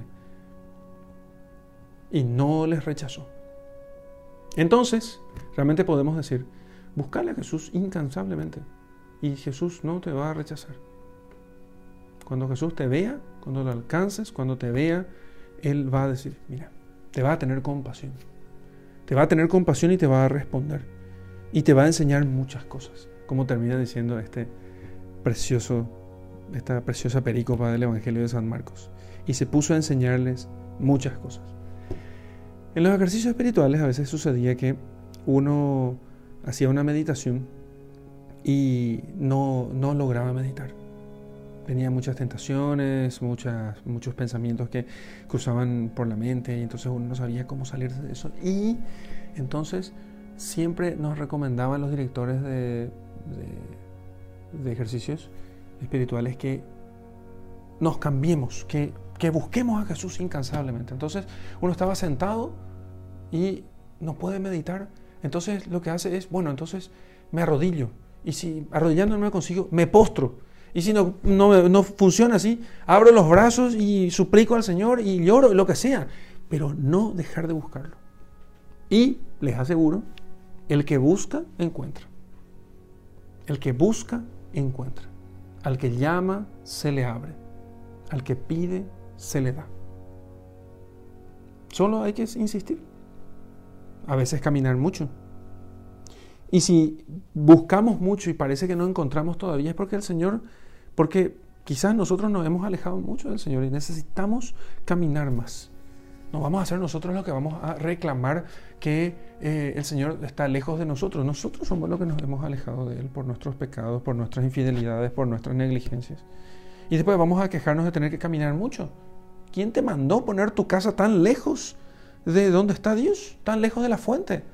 Y no les rechazó. Entonces, realmente podemos decir, buscarle a Jesús incansablemente. Y Jesús no te va a rechazar. Cuando Jesús te vea, cuando lo alcances, cuando te vea, Él va a decir, mira, te va a tener compasión. Te va a tener compasión y te va a responder. Y te va a enseñar muchas cosas. Como termina diciendo esta preciosa perícopa del Evangelio de San Marcos. Y se puso a enseñarles muchas cosas. En los ejercicios espirituales a veces sucedía que uno hacía una meditación y no lograba meditar. Venían muchas tentaciones, muchos pensamientos que cruzaban por la mente, y entonces uno no sabía cómo salir de eso. Y entonces siempre nos recomendaban los directores de ejercicios espirituales que nos cambiemos, que busquemos a Jesús incansablemente. Entonces uno estaba sentado y no puede meditar. Entonces lo que hace es, bueno, entonces me arrodillo. Y si arrodillando no me consigo, me postro. Y si no funciona así, abro los brazos y suplico al Señor y lloro, lo que sea. Pero no dejar de buscarlo. Y les aseguro, el que busca, encuentra. El que busca, encuentra. Al que llama, se le abre. Al que pide, se le da. Solo hay que insistir. A veces caminar mucho. Y si buscamos mucho y parece que no encontramos todavía, es porque quizás nosotros nos hemos alejado mucho del Señor y necesitamos caminar más. No vamos a ser nosotros los que vamos a reclamar que el Señor está lejos de nosotros. Nosotros somos los que nos hemos alejado de Él por nuestros pecados, por nuestras infidelidades, por nuestras negligencias. Y después vamos a quejarnos de tener que caminar mucho. ¿Quién te mandó poner tu casa tan lejos de donde está Dios? Tan lejos de la fuente.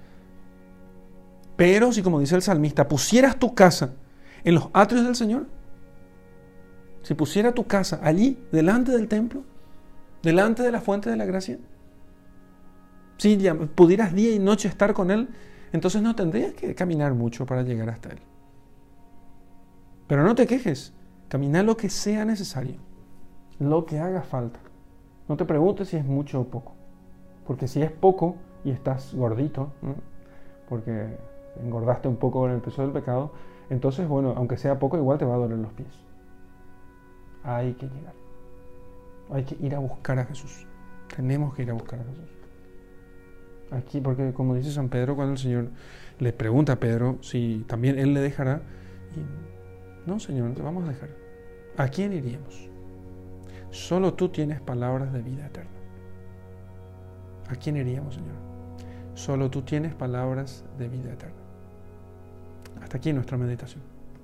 Pero si, como dice el salmista, pusieras tu casa en los atrios del Señor, si pusiera tu casa allí, delante del templo, delante de la fuente de la gracia, si ya pudieras día y noche estar con Él, entonces no tendrías que caminar mucho para llegar hasta Él. Pero no te quejes, camina lo que sea necesario, lo que haga falta. No te preguntes si es mucho o poco, porque si es poco y estás gordito, ¿no? Porque engordaste un poco con el peso del pecado, entonces, bueno, aunque sea poco, igual te va a doler los pies. Hay que llegar. Hay que ir a buscar a Jesús. Tenemos que ir a buscar a Jesús. Aquí, porque como dice San Pedro, cuando el Señor le pregunta a Pedro si también Él le dejará, y no, Señor, no te vamos a dejar. ¿A quién iríamos? Solo tú tienes palabras de vida eterna. ¿A quién iríamos, Señor? Solo tú tienes palabras de vida eterna. Hasta aquí nuestra meditación.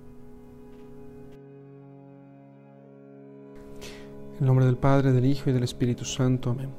En el nombre del Padre, del Hijo y del Espíritu Santo. Amén.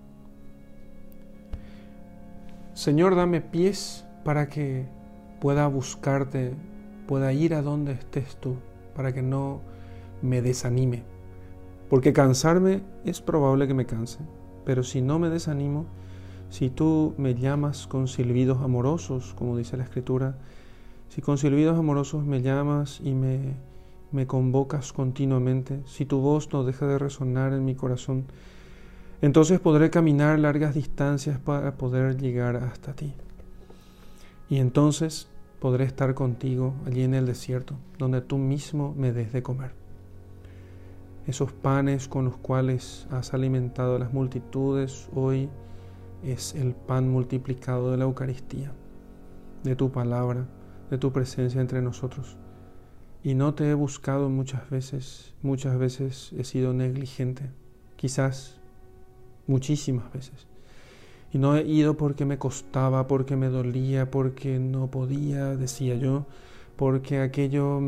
Señor, dame pies para que pueda buscarte, pueda ir a donde estés tú, para que no me desanime. Porque cansarme es probable que me canse, pero si no me desanimo, si tú me llamas con silbidos amorosos, como dice la Escritura, si con silbidos amorosos me llamas y me convocas continuamente, si tu voz no deja de resonar en mi corazón, entonces podré caminar largas distancias para poder llegar hasta ti. Y entonces podré estar contigo allí en el desierto, donde tú mismo me des de comer. Esos panes con los cuales has alimentado a las multitudes, hoy es el pan multiplicado de la Eucaristía, de tu palabra, de tu presencia entre nosotros. Y no te he buscado muchas veces he sido negligente, quizás muchísimas veces. Y no he ido porque me costaba, porque me dolía, porque no podía, decía yo, porque aquello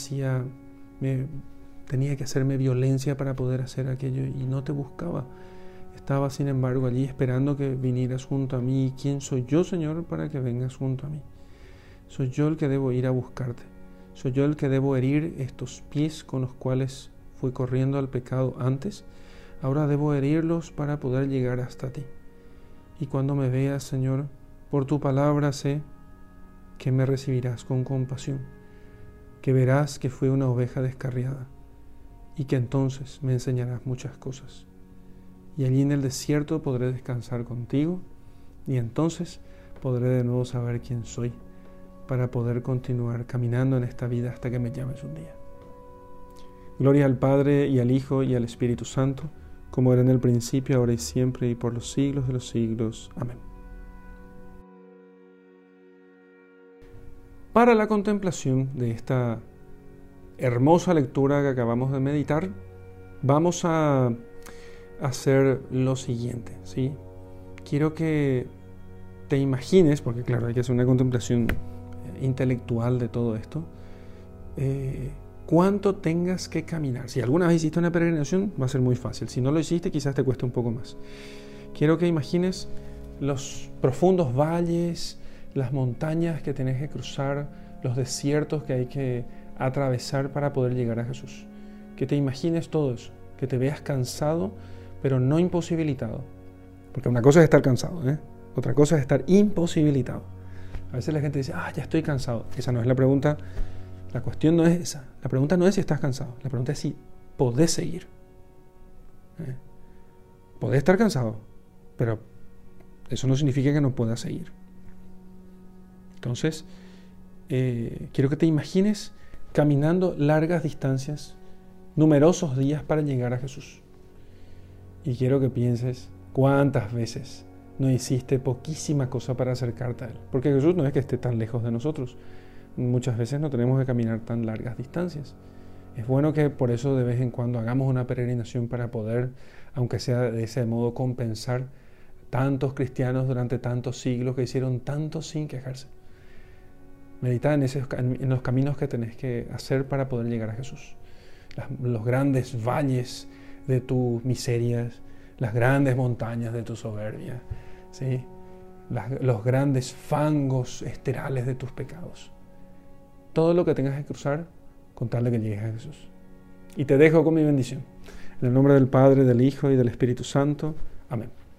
tenía que hacerme violencia para poder hacer aquello, y no te buscaba. Estaba, sin embargo, allí esperando que vinieras junto a mí. ¿Y quién soy yo, Señor, para que vengas junto a mí? Soy yo el que debo ir a buscarte. Soy yo el que debo herir estos pies con los cuales fui corriendo al pecado antes. Ahora debo herirlos para poder llegar hasta ti. Y cuando me veas, Señor, por tu palabra sé que me recibirás con compasión, que verás que fui una oveja descarriada y que entonces me enseñarás muchas cosas. Y allí en el desierto podré descansar contigo y entonces podré de nuevo saber quién soy para poder continuar caminando en esta vida hasta que me llames un día. Gloria al Padre y al Hijo y al Espíritu Santo, como era en el principio, ahora y siempre, y por los siglos de los siglos. Amén. Para la contemplación de esta hermosa lectura que acabamos de meditar, vamos a hacer lo siguiente, ¿sí? Quiero que te imagines, porque claro, hay que hacer una contemplación intelectual de todo esto, cuánto tengas que caminar. Si alguna vez hiciste una peregrinación, va a ser muy fácil. Si no lo hiciste, quizás te cueste un poco más. Quiero que imagines los profundos valles, las montañas que tenés que cruzar, los desiertos que hay que atravesar para poder llegar a Jesús. Que te imagines todo eso, que te veas cansado, pero no imposibilitado. Porque una cosa es estar cansado, otra cosa es estar imposibilitado. A veces la gente dice, ya estoy cansado. Esa no es la pregunta. La cuestión no es esa. La pregunta no es si estás cansado. La pregunta es si podés seguir. Podés estar cansado, pero eso no significa que no puedas seguir. Entonces, quiero que te imagines caminando largas distancias, numerosos días para llegar a Jesús. Y quiero que pienses cuántas veces no hiciste poquísima cosa para acercarte a Él. Porque Jesús no es que esté tan lejos de nosotros. Muchas veces no tenemos que caminar tan largas distancias. Es bueno que por eso de vez en cuando hagamos una peregrinación para poder, aunque sea de ese modo, compensar tantos cristianos durante tantos siglos que hicieron tanto sin quejarse. Medita en los caminos que tenés que hacer para poder llegar a Jesús. Los grandes valles de tus miserias, las grandes montañas de tu soberbia, ¿sí? Los grandes fangos esterales de tus pecados. Todo lo que tengas que cruzar, con tal de que llegues a Jesús. Y te dejo con mi bendición. En el nombre del Padre, del Hijo y del Espíritu Santo. Amén.